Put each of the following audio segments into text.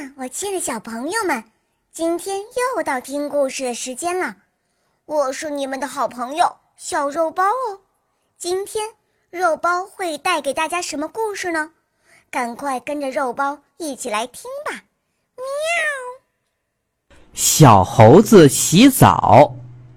我亲爱的小朋友们，今天又到听故事的时间了。我是你们的好朋友小肉包哦。今天肉包会带给大家什么故事呢？赶快跟着肉包一起来听吧。喵！ 小猴子洗澡。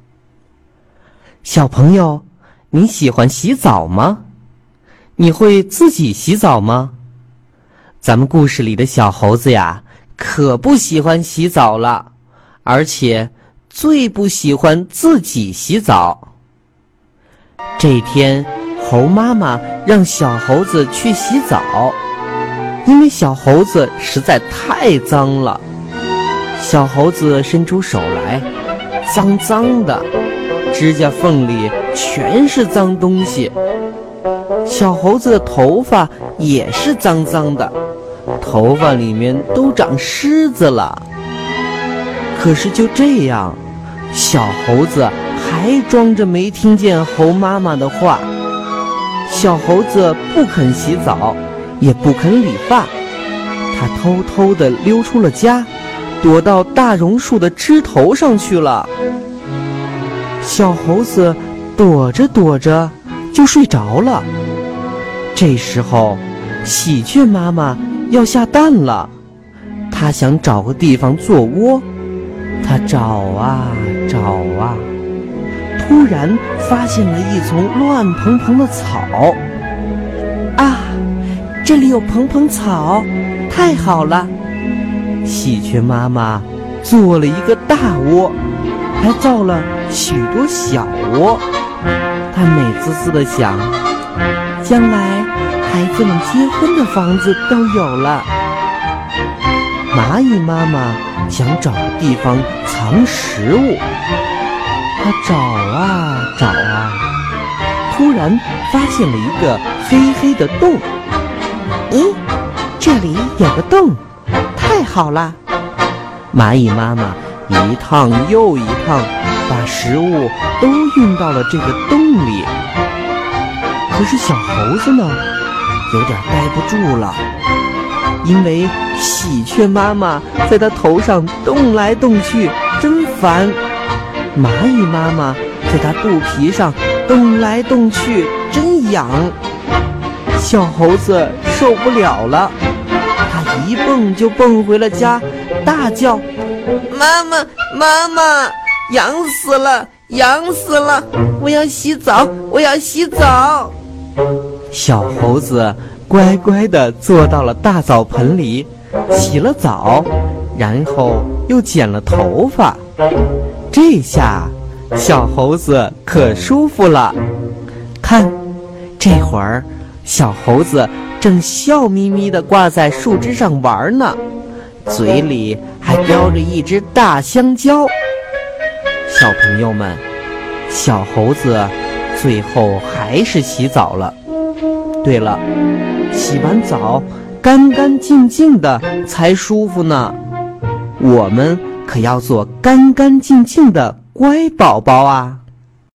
小朋友，你喜欢洗澡吗？你会自己洗澡吗？咱们故事里的小猴子呀，可不喜欢洗澡了，而且最不喜欢自己洗澡。这天，猴妈妈让小猴子去洗澡，因为小猴子实在太脏了。小猴子伸出手来，脏脏的，指甲缝里全是脏东西。小猴子的头发也是脏脏的，头发里面都长虱子了。可是就这样，小猴子还装着没听见猴妈妈的话。小猴子不肯洗澡，也不肯理发，他偷偷地溜出了家，躲到大榕树的枝头上去了。小猴子躲着躲着就睡着了。这时候，喜鹊妈妈要下蛋了，她想找个地方做窝。她找啊找啊，突然发现了一丛乱蓬蓬的草。啊，这里有蓬蓬草，太好了！喜鹊妈妈做了一个大窝，还造了许多小窝。她美滋滋地想，将来孩子们结婚的房子都有了。蚂蚁妈妈想找个地方藏食物，她找啊找啊，突然发现了一个黑黑的洞。咦，这里有个洞，太好了！蚂蚁妈妈一趟又一趟，把食物都运到了这个洞里。可是小猴子呢，有点待不住了，因为喜鹊妈妈在它头上动来动去，真烦；蚂蚁妈妈在它肚皮上动来动去，真痒。小猴子受不了了，它一蹦就蹦回了家，大叫：妈妈，妈妈，痒死了，痒死了！我要洗澡，我要洗澡！小猴子乖乖地坐到了大澡盆里，洗了澡，然后又剪了头发。这下小猴子可舒服了。看，这会儿小猴子正笑眯眯地挂在树枝上玩呢，嘴里还叼着一只大香蕉。小朋友们，小猴子最后还是洗澡了。对了，洗完澡干干净净的才舒服呢。我们可要做干干净净的乖宝宝啊。